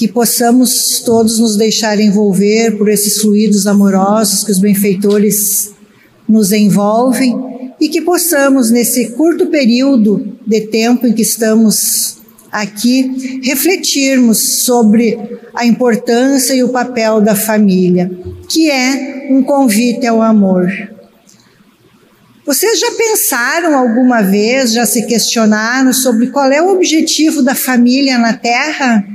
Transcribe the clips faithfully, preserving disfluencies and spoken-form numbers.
que possamos todos nos deixar envolver por esses fluidos amorosos que os benfeitores nos envolvem e que possamos, nesse curto período de tempo em que estamos aqui, refletirmos sobre a importância e o papel da família, que é um convite ao amor. Vocês já pensaram alguma vez, já se questionaram sobre qual é o objetivo da família na Terra?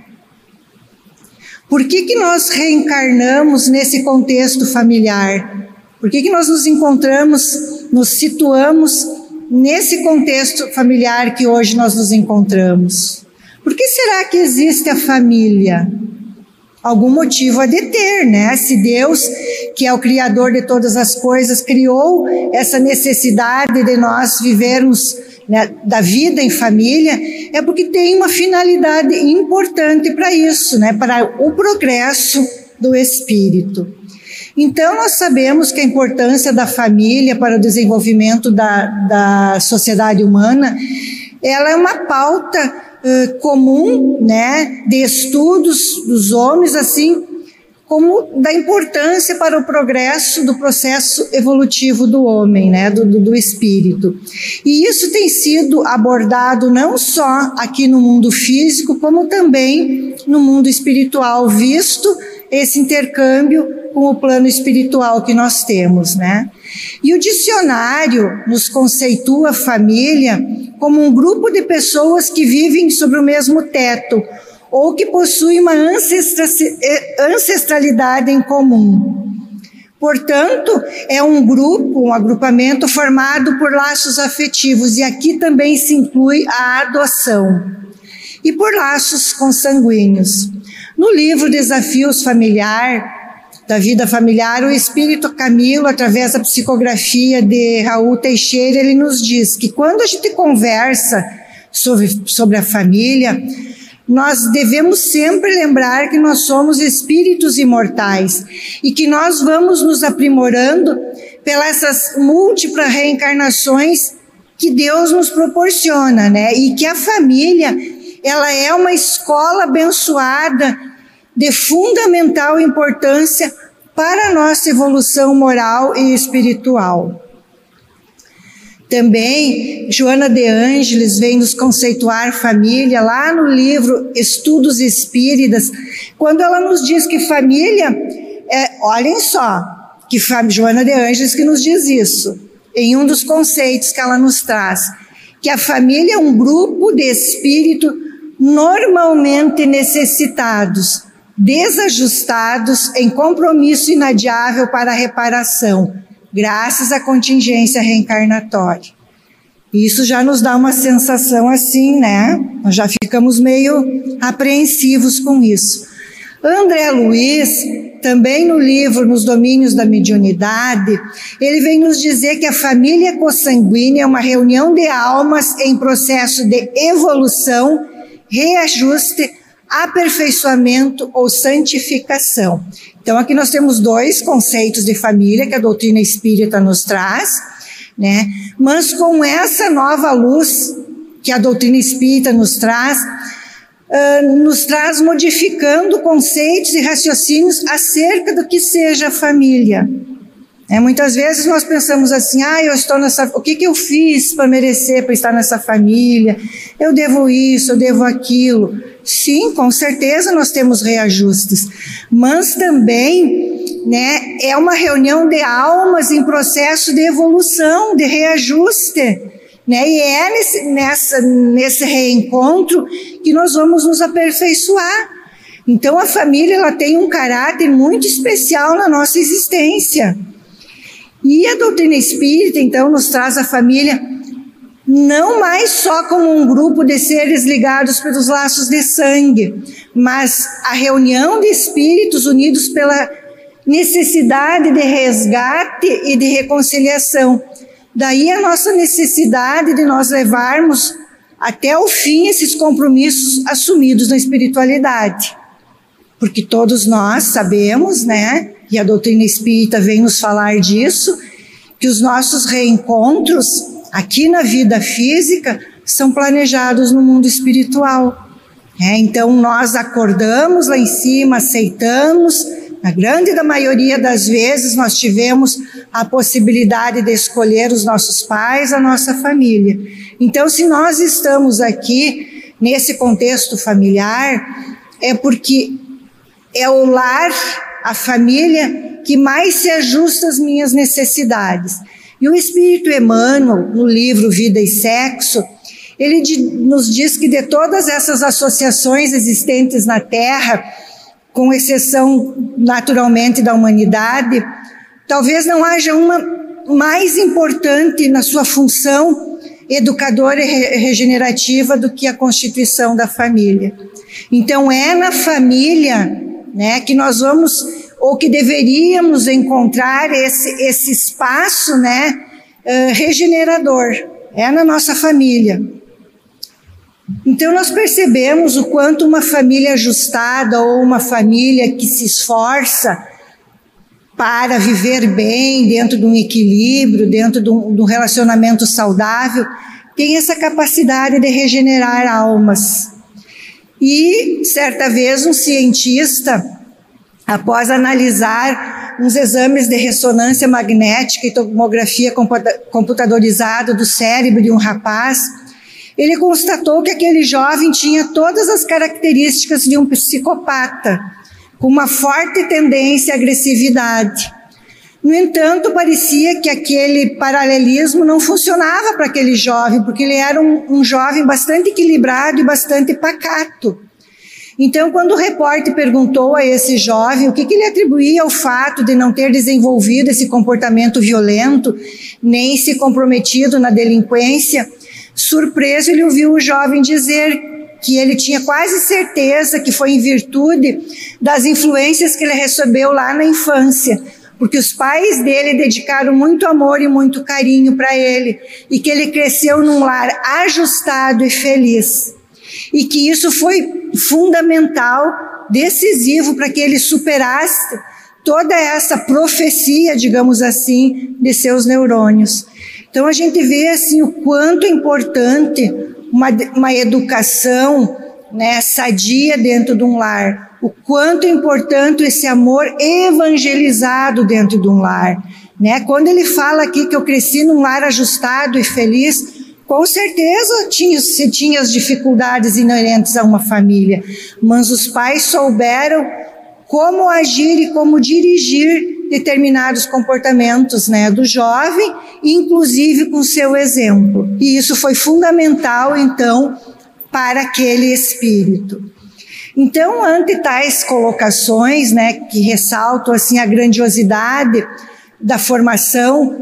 Por que que nós reencarnamos nesse contexto familiar? Por que que nós nos encontramos, nos situamos nesse contexto familiar que hoje nós nos encontramos? Por que será que existe a família? Algum motivo há de ter, né? Se Deus, que é o Criador de todas as coisas, criou essa necessidade de nós vivermos, né, da vida em família, é porque tem uma finalidade importante para isso, né? Para o progresso do espírito. Então, nós sabemos que a importância da família para o desenvolvimento da, da sociedade humana, ela é uma pauta Uh, comum, né, de estudos dos homens, assim como da importância para o progresso do processo evolutivo do homem, né, do, do, do espírito. E isso tem sido abordado não só aqui no mundo físico, como também no mundo espiritual, visto esse intercâmbio com o plano espiritual que nós temos, né? E o dicionário nos conceitua a família como um grupo de pessoas que vivem sobre o mesmo teto ou que possuem uma ancestralidade em comum. Portanto, é um grupo, um agrupamento formado por laços afetivos, e aqui também se inclui a adoção, e por laços consanguíneos. No livro Desafios Familiar, da Vida Familiar, o Espírito Camilo, através da psicografia de Raul Teixeira, ele nos diz que quando a gente conversa sobre, sobre a família, nós devemos sempre lembrar que nós somos espíritos imortais e que nós vamos nos aprimorando pelas essas múltiplas reencarnações que Deus nos proporciona, né? E que a família, ela é uma escola abençoada de fundamental importância para a nossa evolução moral e espiritual. Também, Joana de Ângeles vem nos conceituar família lá no livro Estudos Espíritas, quando ela nos diz que família, é, olhem só, que Joana de Ângeles que nos diz isso, em um dos conceitos que ela nos traz, que a família é um grupo de espírito normalmente necessitados, desajustados, em compromisso inadiável para a reparação, graças à contingência reencarnatória. Isso já nos dá uma sensação assim, né? Nós já ficamos meio apreensivos com isso. André Luiz, também no livro Nos Domínios da Mediunidade, ele vem nos dizer que a família consanguínea é uma reunião de almas em processo de evolução, reajuste, aperfeiçoamento ou santificação. Então aqui nós temos dois conceitos de família que a doutrina espírita nos traz, né? Mas com essa nova luz que a doutrina espírita nos traz, uh, nos traz modificando conceitos e raciocínios acerca do que seja a família. É, muitas vezes nós pensamos assim, ah, eu estou nessa, o que que eu fiz para merecer, para estar nessa família? Eu devo isso, eu devo aquilo. Sim, com certeza nós temos reajustes, mas também, né, é uma reunião de almas em processo de evolução, de reajuste, né, e é nesse, nessa, nesse reencontro que nós vamos nos aperfeiçoar. Então a família, ela tem um caráter muito especial na nossa existência. E a doutrina espírita, então, nos traz a família não mais só como um grupo de seres ligados pelos laços de sangue, mas a reunião de espíritos unidos pela necessidade de resgate e de reconciliação. Daí a nossa necessidade de nós levarmos até o fim esses compromissos assumidos na espiritualidade. Porque todos nós sabemos, né, e a doutrina espírita vem nos falar disso, que os nossos reencontros aqui na vida física são planejados no mundo espiritual. É, então nós acordamos lá em cima, aceitamos, na grande da maioria das vezes nós tivemos a possibilidade de escolher os nossos pais, a nossa família. Então se nós estamos aqui nesse contexto familiar, é porque é o lar, a família, que mais se ajusta às minhas necessidades. E o Espírito Emmanuel, no livro Vida e Sexo, ele nos diz que de todas essas associações existentes na Terra, com exceção naturalmente da humanidade, talvez não haja uma mais importante na sua função educadora e regenerativa do que a constituição da família. Então é na família, né, que nós vamos, ou que deveríamos encontrar esse, esse espaço, né, uh, regenerador, é na nossa família. Então nós percebemos o quanto uma família ajustada ou uma família que se esforça para viver bem, dentro de um equilíbrio, dentro de um, de um relacionamento saudável, tem essa capacidade de regenerar almas. E certa vez um cientista, após analisar uns exames de ressonância magnética e tomografia computadorizada do cérebro de um rapaz, ele constatou que aquele jovem tinha todas as características de um psicopata, com uma forte tendência à agressividade. No entanto, parecia que aquele paralelismo não funcionava para aquele jovem, porque ele era um, um jovem bastante equilibrado e bastante pacato. Então, quando o repórter perguntou a esse jovem o que, que ele atribuía ao fato de não ter desenvolvido esse comportamento violento, nem se comprometido na delinquência, surpreso, ele ouviu o jovem dizer que ele tinha quase certeza que foi em virtude das influências que ele recebeu lá na infância, porque os pais dele dedicaram muito amor e muito carinho para ele, e que ele cresceu num lar ajustado e feliz, e que isso foi fundamental, decisivo para que ele superasse toda essa profecia, digamos assim, de seus neurônios. Então a gente vê assim o quanto é importante uma, uma educação, né, sadia dentro de um lar, o quanto é importante esse amor evangelizado dentro de um lar, né? Quando ele fala aqui que eu cresci num lar ajustado e feliz, com certeza tinha, se tinha as dificuldades inerentes a uma família, mas os pais souberam como agir e como dirigir determinados comportamentos, né, do jovem, inclusive com seu exemplo. E isso foi fundamental, então, para aquele espírito. Então, ante tais colocações, né, que ressaltam assim a grandiosidade da formação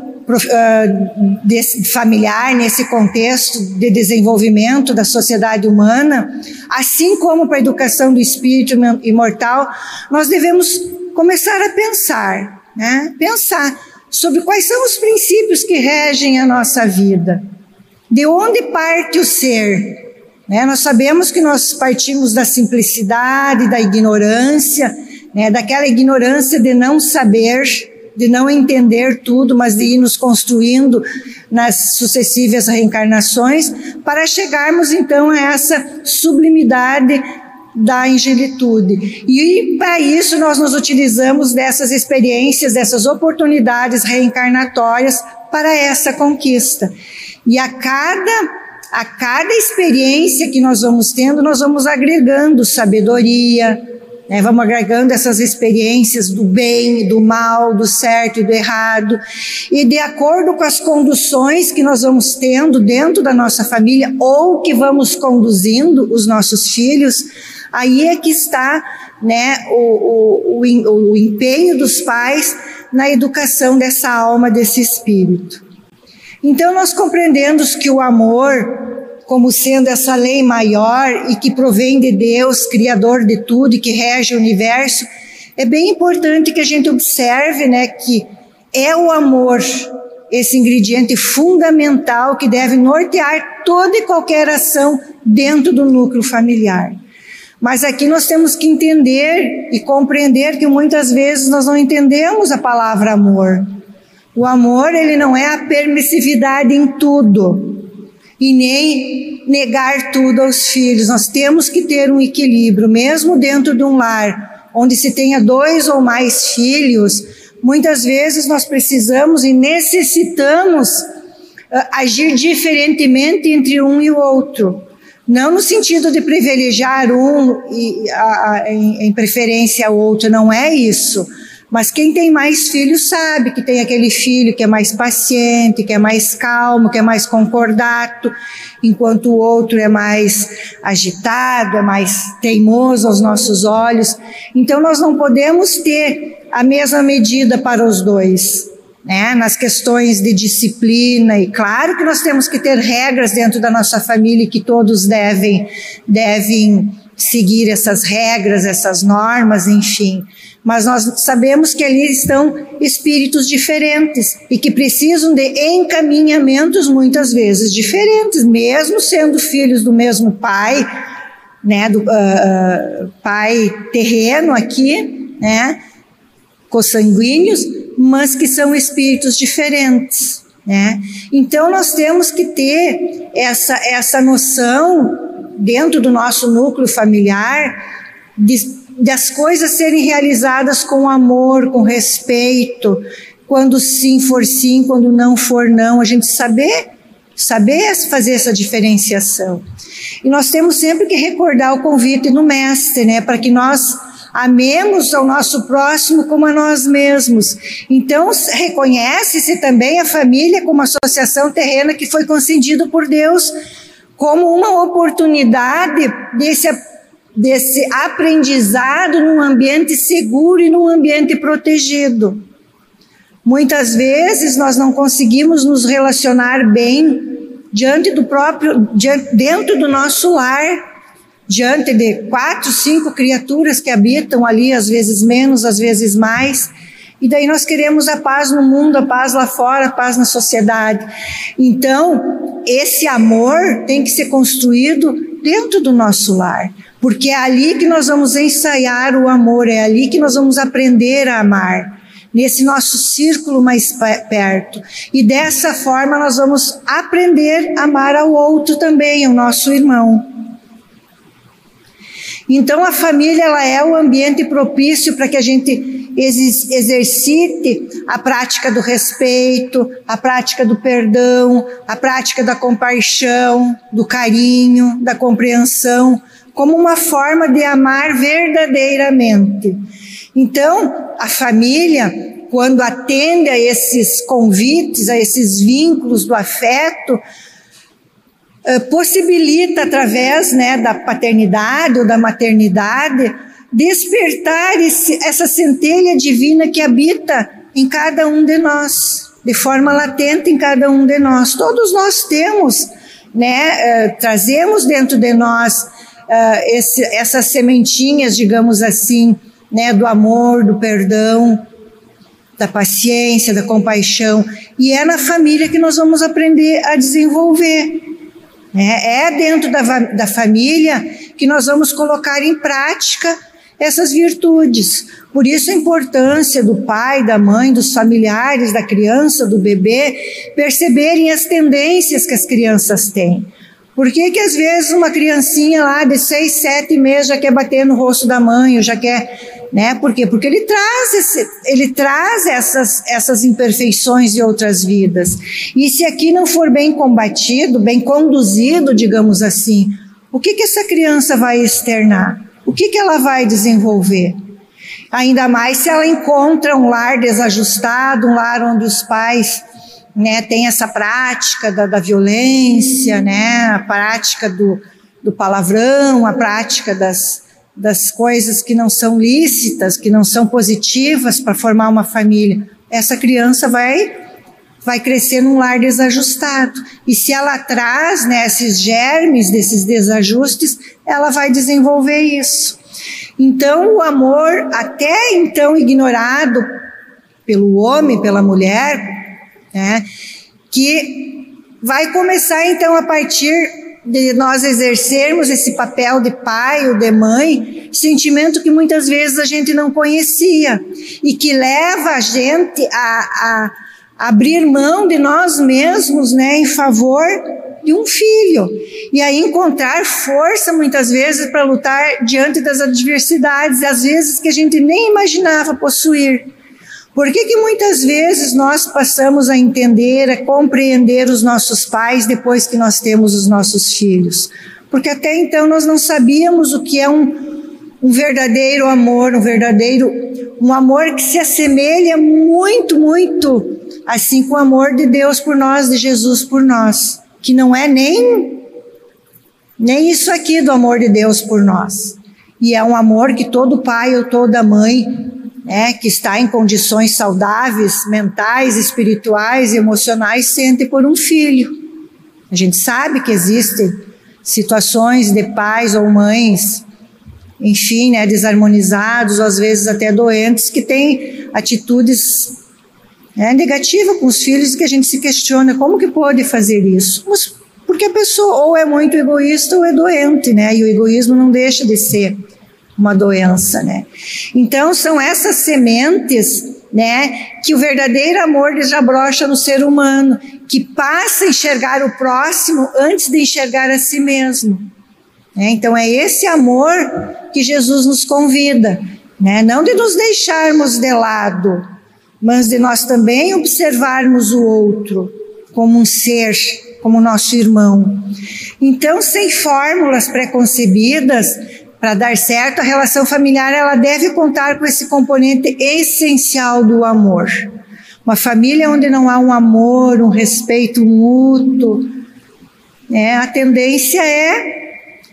uh, desse, familiar nesse contexto de desenvolvimento da sociedade humana, assim como para a educação do espírito imortal, nós devemos começar a pensar, né? Pensar sobre quais são os princípios que regem a nossa vida. De onde parte o ser? Né? Nós sabemos que nós partimos da simplicidade, da ignorância, né? Daquela ignorância de não saber, de não entender tudo, mas de ir nos construindo nas sucessivas reencarnações, para chegarmos então a essa sublimidade da angelitude. E para isso nós nos utilizamos dessas experiências, dessas oportunidades reencarnatórias para essa conquista. E a cada, a cada experiência que nós vamos tendo, nós vamos agregando sabedoria, né? Vamos agregando essas experiências do bem e do mal, do certo e do errado, e de acordo com as conduções que nós vamos tendo dentro da nossa família, ou que vamos conduzindo os nossos filhos, aí é que está, né, o, o, o, o empenho dos pais na educação dessa alma, desse espírito. Então nós compreendemos que o amor, como sendo essa lei maior e que provém de Deus, Criador de tudo e que rege o universo, é bem importante que a gente observe, né, que é o amor, esse ingrediente fundamental que deve nortear toda e qualquer ação dentro do núcleo familiar. Mas aqui nós temos que entender e compreender que muitas vezes nós não entendemos a palavra amor. O amor, ele não é a permissividade em tudo. e nem negar tudo aos filhos. Nós temos que ter um equilíbrio, mesmo dentro de um lar onde se tenha dois ou mais filhos. Muitas vezes nós precisamos e necessitamos uh, agir diferentemente entre um e o outro. Não no sentido de privilegiar um e, a, a, em, em preferência ao outro, não é isso. Mas quem tem mais filhos sabe que tem aquele filho que é mais paciente, que é mais calmo, que é mais concordato, enquanto o outro é mais agitado, é mais teimoso aos nossos olhos. Então nós não podemos ter a mesma medida para os dois, né? Nas questões de disciplina, e claro que nós temos que ter regras dentro da nossa família e que todos devem, devem seguir essas regras, essas normas, enfim. Mas nós sabemos que ali estão espíritos diferentes e que precisam de encaminhamentos muitas vezes diferentes, mesmo sendo filhos do mesmo pai, né, do uh, pai terreno aqui, né, consanguíneos, mas que são espíritos diferentes, né? Então nós temos que ter essa, essa noção dentro do nosso núcleo familiar de das coisas serem realizadas com amor, com respeito, quando sim for sim, quando não for não, a gente saber, saber fazer essa diferenciação. E nós temos sempre que recordar o convite do Mestre, né, para que nós amemos ao nosso próximo como a nós mesmos. Então, reconhece-se também a família como associação terrena que foi concedida por Deus como uma oportunidade desse desse aprendizado num ambiente seguro e num ambiente protegido. Muitas vezes nós não conseguimos nos relacionar bem diante do próprio, diante, dentro do nosso lar, diante de quatro, cinco criaturas que habitam ali, às vezes menos, às vezes mais, e daí nós queremos a paz no mundo, a paz lá fora, a paz na sociedade. Então, esse amor tem que ser construído dentro do nosso lar, porque é ali que nós vamos ensaiar o amor, é ali que nós vamos aprender a amar, nesse nosso círculo mais perto. E dessa forma nós vamos aprender a amar ao outro também, ao nosso irmão. Então a família, ela é o ambiente propício para que a gente exercite a prática do respeito, a prática do perdão, a prática da compaixão, do carinho, da compreensão, como uma forma de amar verdadeiramente. Então, a família, quando atende a esses convites, a esses vínculos do afeto, eh, possibilita, através, né, da paternidade ou da maternidade, despertar esse, essa centelha divina que habita em cada um de nós, de forma latente em cada um de nós. Todos nós temos, né, eh, trazemos dentro de nós Uh, esse, essas sementinhas, digamos assim, né, do amor, do perdão, da paciência, da compaixão, e é na família que nós vamos aprender a desenvolver, né? É dentro da, da família que nós vamos colocar em prática essas virtudes. Por isso a importância do pai, da mãe, dos familiares, da criança, do bebê, perceberem as tendências que as crianças têm. Por que que às vezes uma criancinha lá de seis, sete meses já quer bater no rosto da mãe, ou já quer, né? Por quê? Porque ele traz, esse, ele traz essas, essas imperfeições de outras vidas. E se aqui não for bem combatido, bem conduzido, digamos assim, o que que essa criança vai externar? O que que ela vai desenvolver? Ainda mais se ela encontra um lar desajustado, um lar onde os pais, né, tem essa prática da, da violência, né, a prática do, do palavrão, a prática das, das coisas que não são lícitas, que não são positivas para formar uma família. Essa criança vai, vai crescer num lar desajustado. E se ela traz, né, esses germes desses desajustes, ela vai desenvolver isso. Então, o amor, até então ignorado pelo homem, pela mulher, né, que vai começar então a partir de nós exercermos esse papel de pai ou de mãe, sentimento que muitas vezes a gente não conhecia e que leva a gente a, a abrir mão de nós mesmos, né, em favor de um filho. E aí encontrar força, muitas vezes, para lutar diante das adversidades, às vezes que a gente nem imaginava possuir. Por que que muitas vezes nós passamos a entender, a compreender os nossos pais depois que nós temos os nossos filhos? Porque até então nós não sabíamos o que é um, um verdadeiro amor, um verdadeiro, um amor que se assemelha muito, muito, assim com o amor de Deus por nós, de Jesus por nós, que não é nem, nem isso aqui do amor de Deus por nós. E é um amor que todo pai ou toda mãe, né, que está em condições saudáveis, mentais, espirituais e emocionais, sente por um filho. A gente sabe que existem situações de pais ou mães, enfim, né, desarmonizados, ou às vezes até doentes, que têm atitudes, né, negativas com os filhos, que a gente se questiona como que pode fazer isso. Mas porque a pessoa ou é muito egoísta ou é doente, né, e o egoísmo não deixa de ser uma doença, né? Então são essas sementes, né, que o verdadeiro amor desabrocha no ser humano, que passa a enxergar o próximo antes de enxergar a si mesmo. Né? Então é esse amor que Jesus nos convida, né? Não de nos deixarmos de lado, mas de nós também observarmos o outro como um ser, como nosso irmão. Então, sem fórmulas preconcebidas, para dar certo, a relação familiar ela deve contar com esse componente essencial do amor. Uma família onde não há um amor, um respeito mútuo, né, a tendência é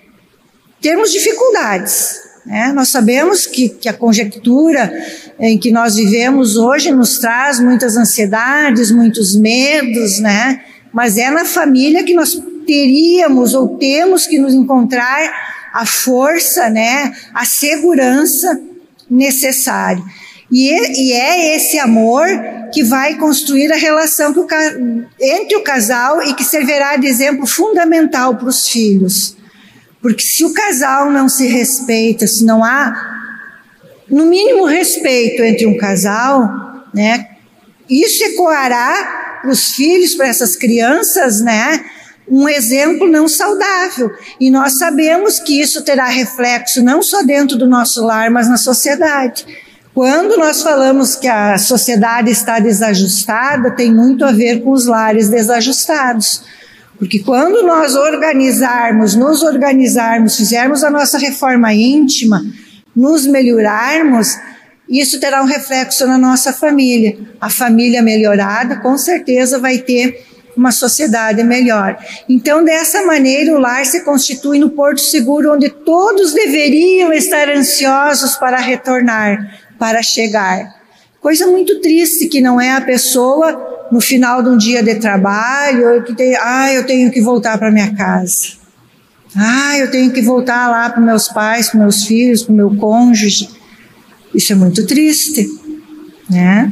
termos dificuldades. Né? Nós sabemos que, que a conjectura em que nós vivemos hoje nos traz muitas ansiedades, muitos medos, né? Mas é na família que nós teríamos ou temos que nos encontrar a força, né, a segurança necessária. E, e é esse amor que vai construir a relação que o, entre o casal e que servirá de exemplo fundamental para os filhos. Porque se o casal não se respeita, se não há, no mínimo, respeito entre um casal, né, isso ecoará para os filhos, para essas crianças, né, um exemplo não saudável. E nós sabemos que isso terá reflexo não só dentro do nosso lar, mas na sociedade. Quando nós falamos que a sociedade está desajustada, tem muito a ver com os lares desajustados. Porque quando nós organizarmos, nos organizarmos, fizermos a nossa reforma íntima, nos melhorarmos, isso terá um reflexo na nossa família. A família melhorada, com certeza, vai ter uma sociedade melhor. Então, dessa maneira, o lar se constitui no porto seguro onde todos deveriam estar ansiosos para retornar, para chegar. Coisa muito triste que não é a pessoa, no final de um dia de trabalho, que tem, ah, eu tenho que voltar para minha casa. Ah, eu tenho que voltar lá para meus pais, para meus filhos, para o meu cônjuge. Isso é muito triste, né?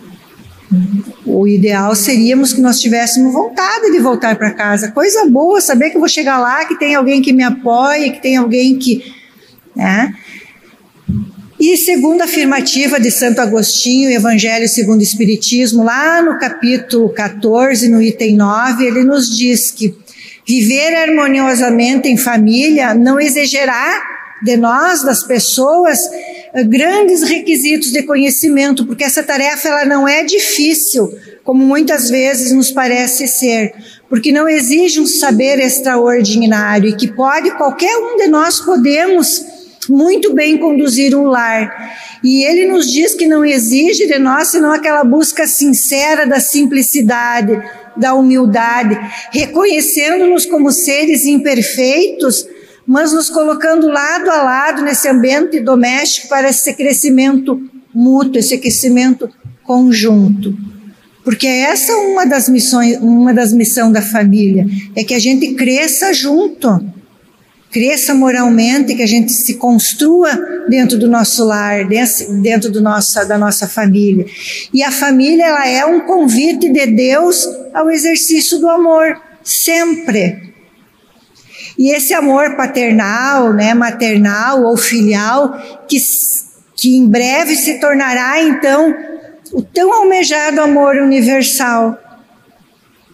O ideal seríamos que nós tivéssemos vontade de voltar para casa. Coisa boa saber que eu vou chegar lá, que tem alguém que me apoie, que tem alguém que... Né? E segundo a afirmativa de Santo Agostinho, Evangelho segundo o Espiritismo, lá no capítulo quatorze, no item nove, ele nos diz que viver harmoniosamente em família não exigirá de nós, das pessoas, grandes requisitos de conhecimento, porque essa tarefa ela não é difícil, como muitas vezes nos parece ser, porque não exige um saber extraordinário e que pode, qualquer um de nós podemos muito bem conduzir um lar. E ele nos diz que não exige de nós senão aquela busca sincera da simplicidade, da humildade, reconhecendo-nos como seres imperfeitos, mas nos colocando lado a lado nesse ambiente doméstico para esse crescimento mútuo, esse crescimento conjunto. Porque essa é uma das missões, uma das missões da família, é que a gente cresça junto, cresça moralmente, que a gente se construa dentro do nosso lar, dentro do nossa, da nossa família. E a família ela é um convite de Deus ao exercício do amor, sempre. E esse amor paternal, né, maternal ou filial, que, que em breve se tornará, então, o tão almejado amor universal.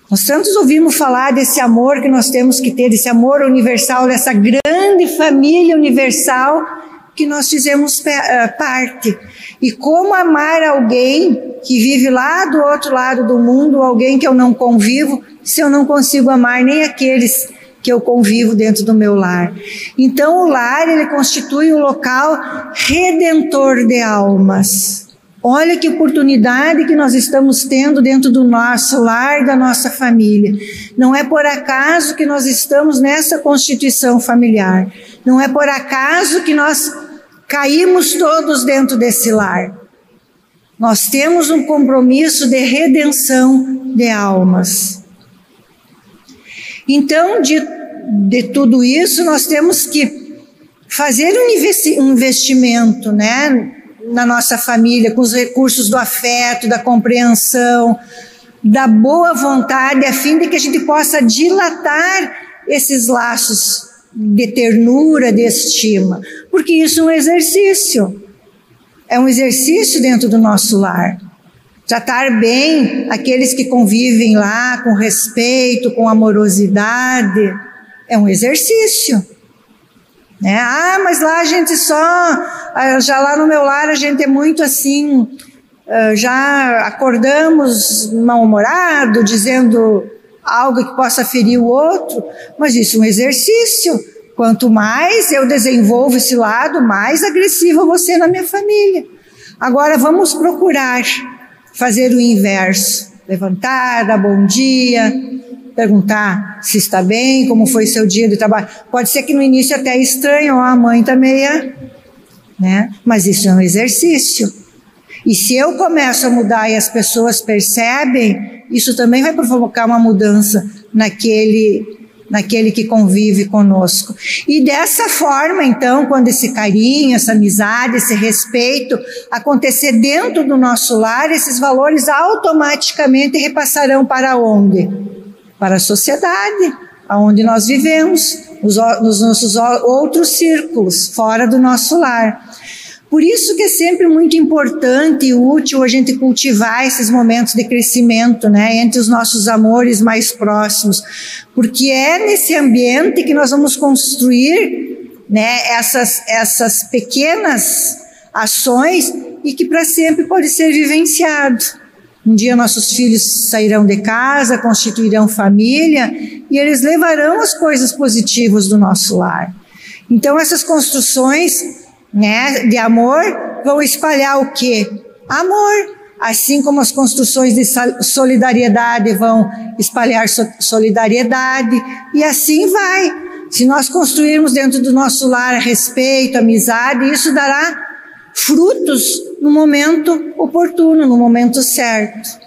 Nós tantos ouvimos falar desse amor que nós temos que ter, desse amor universal, dessa grande família universal que nós fizemos parte. E como amar alguém que vive lá do outro lado do mundo, alguém que eu não convivo, se eu não consigo amar nem aqueles que eu convivo dentro do meu lar. Então o lar, ele constitui um local redentor de almas. Olha que oportunidade que nós estamos tendo dentro do nosso lar, da nossa família. Não é por acaso que nós estamos nessa constituição familiar. Não é por acaso que nós caímos todos dentro desse lar. Nós temos um compromisso de redenção de almas. Então, de, de tudo isso, nós temos que fazer um investimento, né, na nossa família, com os recursos do afeto, da compreensão, da boa vontade, a fim de que a gente possa dilatar esses laços de ternura, de estima, porque isso é um exercício, é um exercício dentro do nosso lar. Tratar bem aqueles que convivem lá, com respeito, com amorosidade, é um exercício. Né? Ah, mas lá a gente só, já lá no meu lar a gente é muito assim, já acordamos mal-humorado, dizendo algo que possa ferir o outro, mas isso é um exercício. Quanto mais eu desenvolvo esse lado, mais agressivo eu vou ser na minha família. Agora vamos procurar fazer o inverso, levantar, dar bom dia, perguntar se está bem, como foi seu dia de trabalho. Pode ser que no início até estranho, ó, a mãe está meia, né? Mas isso é um exercício. E se eu começo a mudar e as pessoas percebem, isso também vai provocar uma mudança naquele, naquele que convive conosco. E dessa forma, então, quando esse carinho, essa amizade, esse respeito acontecer dentro do nosso lar, esses valores automaticamente repassarão para onde? Para a sociedade, aonde nós vivemos, nos, nos nossos outros círculos, fora do nosso lar. Por isso que é sempre muito importante e útil a gente cultivar esses momentos de crescimento, né, entre os nossos amores mais próximos, porque é nesse ambiente que nós vamos construir, né, essas, essas pequenas ações e que para sempre pode ser vivenciado. Um dia nossos filhos sairão de casa, constituirão família e eles levarão as coisas positivas do nosso lar. Então essas construções, né, de amor vão espalhar o quê? Amor. Assim como as construções de solidariedade vão espalhar solidariedade e assim vai. Se nós construirmos dentro do nosso lar respeito, amizade, isso dará frutos no momento oportuno, no momento certo.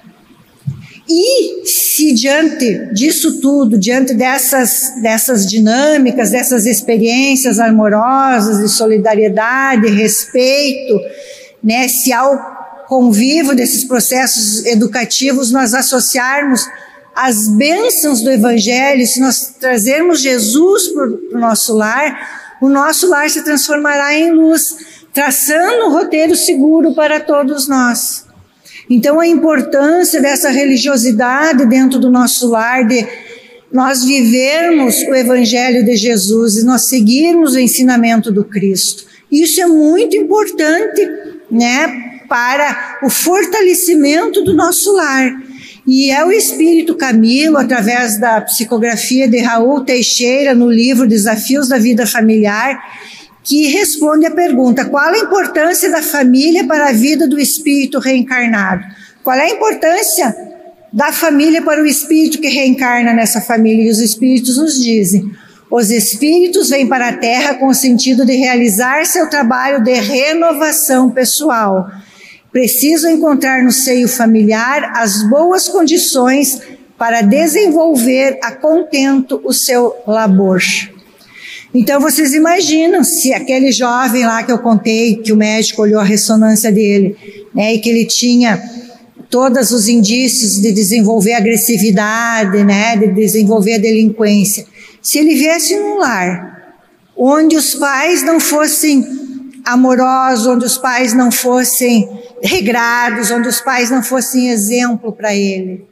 E se diante disso tudo, diante dessas, dessas dinâmicas, dessas experiências amorosas de solidariedade, respeito, né, se ao convívio desses processos educativos nós associarmos as bênçãos do Evangelho, se nós trazermos Jesus para o nosso lar, o nosso lar se transformará em luz, traçando um roteiro seguro para todos nós. Então a importância dessa religiosidade dentro do nosso lar, de nós vivermos o Evangelho de Jesus e nós seguirmos o ensinamento do Cristo. Isso é muito importante, né, para o fortalecimento do nosso lar. E é o Espírito Camilo, através da psicografia de Raul Teixeira, no livro Desafios da Vida Familiar, que responde a pergunta: qual a importância da família para a vida do espírito reencarnado? Qual é a importância da família para o espírito que reencarna nessa família? E os espíritos nos dizem: os espíritos vêm para a Terra com o sentido de realizar seu trabalho de renovação pessoal. Precisam encontrar no seio familiar as boas condições para desenvolver a contento o seu labor. Então vocês imaginam se aquele jovem lá que eu contei, que o médico olhou a ressonância dele, né, e que ele tinha todos os indícios de desenvolver agressividade, né, de desenvolver a delinquência, se ele viesse num lar onde os pais não fossem amorosos, onde os pais não fossem regrados, onde os pais não fossem exemplo para ele,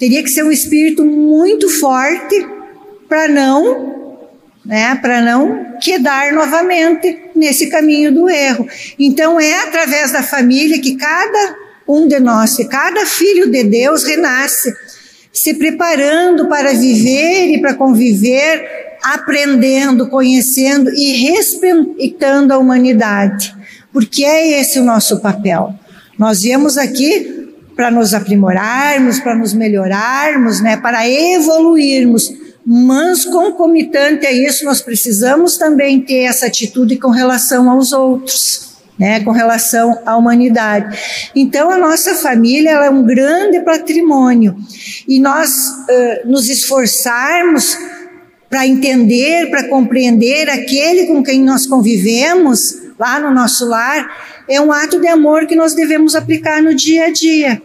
teria que ser um espírito muito forte para não, né, para não quedar novamente nesse caminho do erro. Então é através da família que cada um de nós, que cada filho de Deus renasce, se preparando para viver e para conviver, aprendendo, conhecendo e respeitando a humanidade, porque é esse o nosso papel. Nós viemos aqui para nos aprimorarmos, para nos melhorarmos, né, para evoluirmos, mas concomitante a isso nós precisamos também ter essa atitude com relação aos outros, né, com relação à humanidade. Então a nossa família, ela é um grande patrimônio, e nós uh, nos esforçarmos para entender, para compreender aquele com quem nós convivemos lá no nosso lar, é um ato de amor que nós devemos aplicar no dia a dia.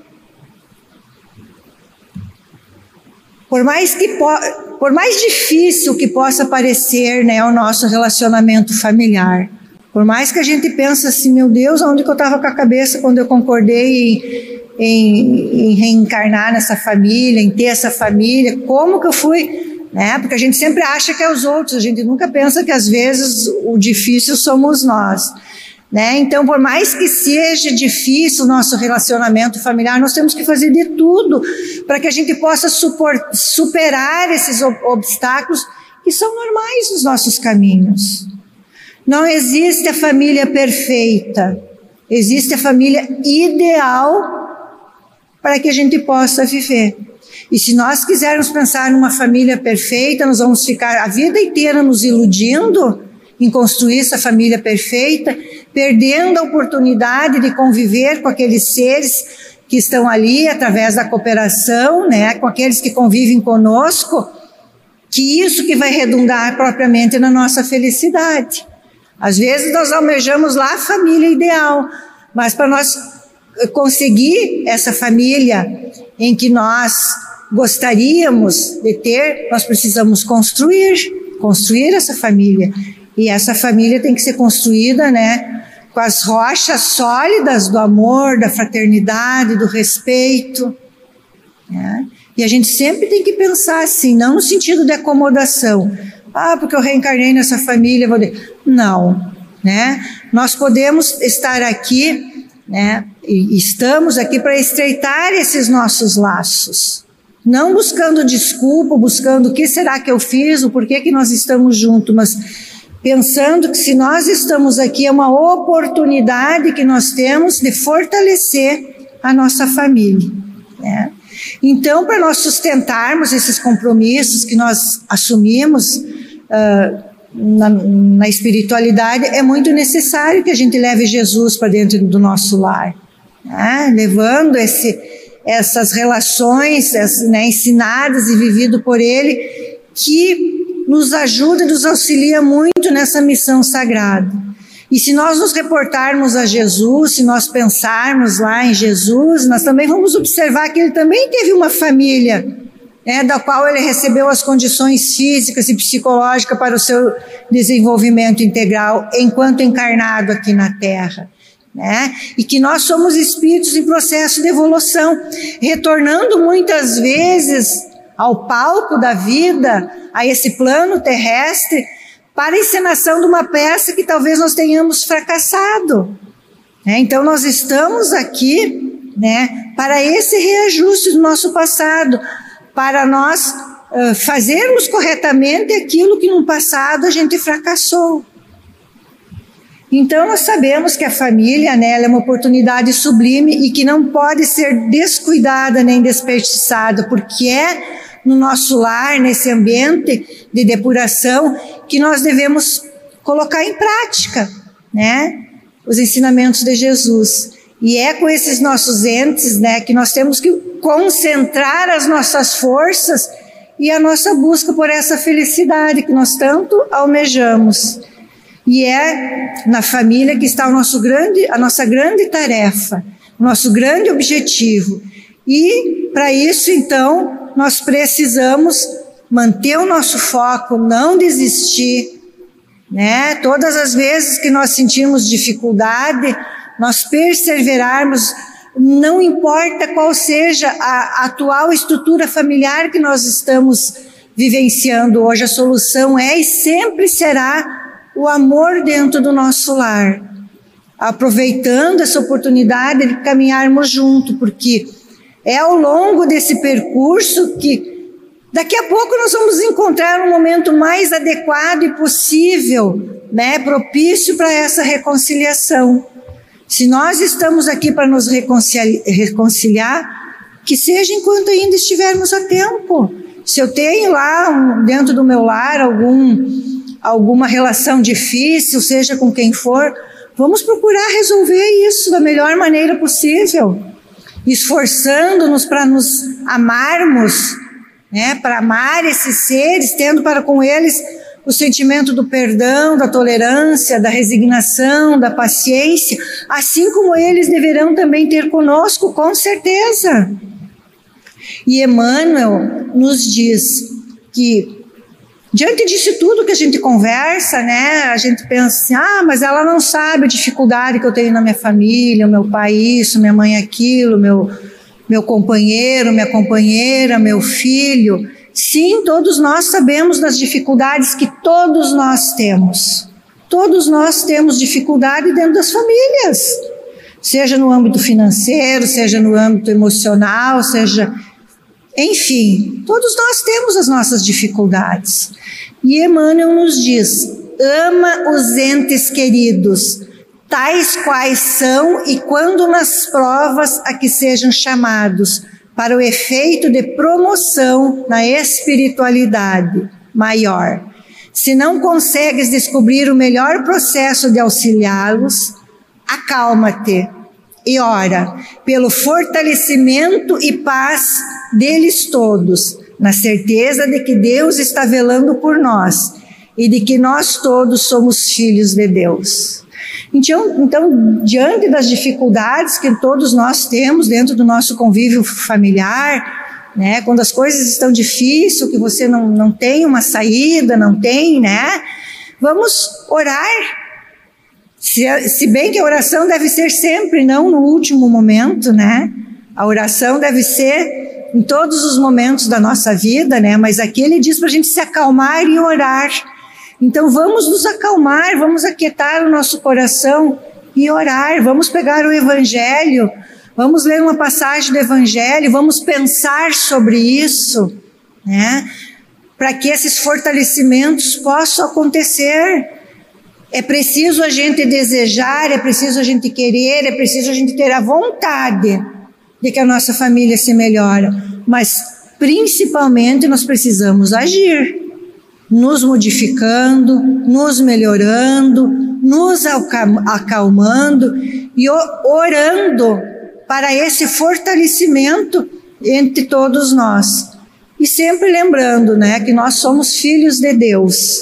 Por mais que por mais difícil que possa parecer, né, o nosso relacionamento familiar, por mais que a gente pense assim, meu Deus, onde que eu estava com a cabeça quando eu concordei em, em, em reencarnar nessa família, em ter essa família, como que eu fui, né? Porque a gente sempre acha que é os outros, a gente nunca pensa que às vezes o difícil somos nós, né? Então, por mais que seja difícil o nosso relacionamento familiar, nós temos que fazer de tudo para que a gente possa supor, superar esses obstáculos que são normais nos nossos caminhos. Não existe a família perfeita, existe a família ideal para que a gente possa viver. E se nós quisermos pensar numa família perfeita, nós vamos ficar a vida inteira nos iludindo em construir essa família perfeita, perdendo a oportunidade de conviver com aqueles seres que estão ali através da cooperação, né, com aqueles que convivem conosco, que isso que vai redundar propriamente na nossa felicidade. Às vezes nós almejamos lá a família ideal, mas para nós conseguir essa família em que nós gostaríamos de ter, nós precisamos construir, construir essa família. E essa família tem que ser construída, né, com as rochas sólidas do amor, da fraternidade, do respeito, né? E a gente sempre tem que pensar assim, não no sentido de acomodação. Ah, porque eu reencarnei nessa família, vou de... Não, né? Nós podemos estar aqui, né, e estamos aqui para estreitar esses nossos laços. Não buscando desculpa, buscando o que será que eu fiz, o porquê que nós estamos juntos, mas pensando que se nós estamos aqui é uma oportunidade que nós temos de fortalecer a nossa família, né? Então, para nós sustentarmos esses compromissos que nós assumimos uh, na, na espiritualidade, é muito necessário que a gente leve Jesus para dentro do nosso lar, né? Levando esse, essas relações, né, ensinadas e vividas por Ele, que nos ajuda e nos auxilia muito nessa missão sagrada. E se nós nos reportarmos a Jesus, se nós pensarmos lá em Jesus, nós também vamos observar que ele também teve uma família, né, da qual ele recebeu as condições físicas e psicológicas para o seu desenvolvimento integral enquanto encarnado aqui na Terra, né? E que nós somos espíritos em processo de evolução, retornando muitas vezes ao palco da vida, a esse plano terrestre, para a encenação de uma peça que talvez nós tenhamos fracassado, né? Então nós estamos aqui, né, para esse reajuste do nosso passado, para nós uh, fazermos corretamente aquilo que no passado a gente fracassou. Então nós sabemos que a família, né, ela é uma oportunidade sublime e que não pode ser descuidada nem desperdiçada, porque é no nosso lar, nesse ambiente de depuração, que nós devemos colocar em prática, né, os ensinamentos de Jesus. E é com esses nossos entes, né, que nós temos que concentrar as nossas forças e a nossa busca por essa felicidade que nós tanto almejamos. E é na família que está o nosso grande, a nossa grande tarefa, o nosso grande objetivo. E para isso, então, nós precisamos manter o nosso foco, não desistir, né? Todas as vezes que nós sentimos dificuldade, nós perseverarmos, não importa qual seja a atual estrutura familiar que nós estamos vivenciando hoje, a solução é e sempre será o amor dentro do nosso lar, aproveitando essa oportunidade de caminharmos junto, porque é ao longo desse percurso que daqui a pouco nós vamos encontrar um momento mais adequado e possível, né, propício para essa reconciliação. Se nós estamos aqui para nos reconciliar, reconciliar, que seja enquanto ainda estivermos a tempo. Se eu tenho lá um, dentro do meu lar algum, alguma relação difícil, seja com quem for, vamos procurar resolver isso da melhor maneira possível, esforçando-nos para nos amarmos, né, para amar esses seres, tendo para com eles o sentimento do perdão, da tolerância, da resignação, da paciência, assim como eles deverão também ter conosco, com certeza. E Emmanuel nos diz que, diante disso tudo que a gente conversa, né, a gente pensa assim, ah, mas ela não sabe a dificuldade que eu tenho na minha família, o meu pai isso, minha mãe aquilo, meu, meu companheiro, minha companheira, meu filho. Sim, todos nós sabemos das dificuldades que todos nós temos. Todos nós temos dificuldade dentro das famílias, seja no âmbito financeiro, seja no âmbito emocional, seja... Enfim, todos nós temos as nossas dificuldades. E Emmanuel nos diz, ama os entes queridos, tais quais são e quando nas provas a que sejam chamados, para o efeito de promoção na espiritualidade maior. Se não consegues descobrir o melhor processo de auxiliá-los, acalma-te e ora pelo fortalecimento e paz deles todos, na certeza de que Deus está velando por nós e de que nós todos somos filhos de Deus. Então, então, diante das dificuldades que todos nós temos dentro do nosso convívio familiar, né, quando as coisas estão difíceis, que você não, não tem uma saída, não tem, né, vamos orar. Se, se bem que a oração deve ser sempre, não no último momento, né, a oração deve ser em todos os momentos da nossa vida, né, mas aqui ele diz para a gente se acalmar e orar. Então vamos nos acalmar, vamos aquietar o nosso coração e orar, vamos pegar o Evangelho, vamos ler uma passagem do Evangelho, vamos pensar sobre isso, né? Para que esses fortalecimentos possam acontecer. É preciso a gente desejar, é preciso a gente querer, é preciso a gente ter a vontade de que a nossa família se melhore, mas principalmente nós precisamos agir, nos modificando, nos melhorando, nos acalmando e orando para esse fortalecimento entre todos nós. E sempre lembrando, né, que nós somos filhos de Deus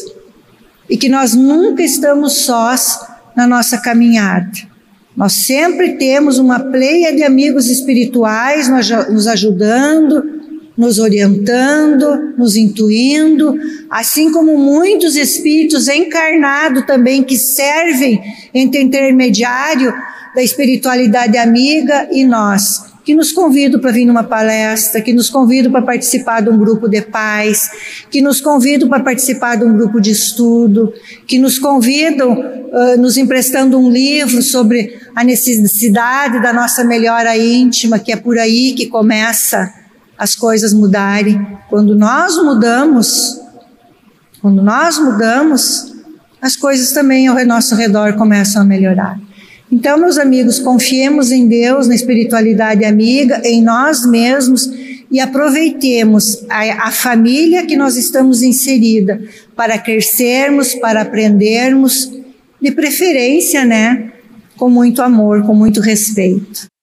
e que nós nunca estamos sós na nossa caminhada. Nós sempre temos uma pleia de amigos espirituais nos ajudando, nos orientando, nos intuindo, assim como muitos espíritos encarnados também que servem entre intermediário da espiritualidade amiga e nós, que nos convidam para vir numa palestra, que nos convidam para participar de um grupo de paz, que nos convidam para participar de um grupo de estudo, que nos convidam, uh, nos emprestando um livro sobre a necessidade da nossa melhora íntima, que é por aí que começa as coisas mudarem. Quando nós mudamos, quando nós mudamos, as coisas também ao nosso redor começam a melhorar. Então, meus amigos, confiemos em Deus, na espiritualidade amiga, em nós mesmos e aproveitemos a, a família que nós estamos inserida para crescermos, para aprendermos, de preferência, né, com muito amor, com muito respeito.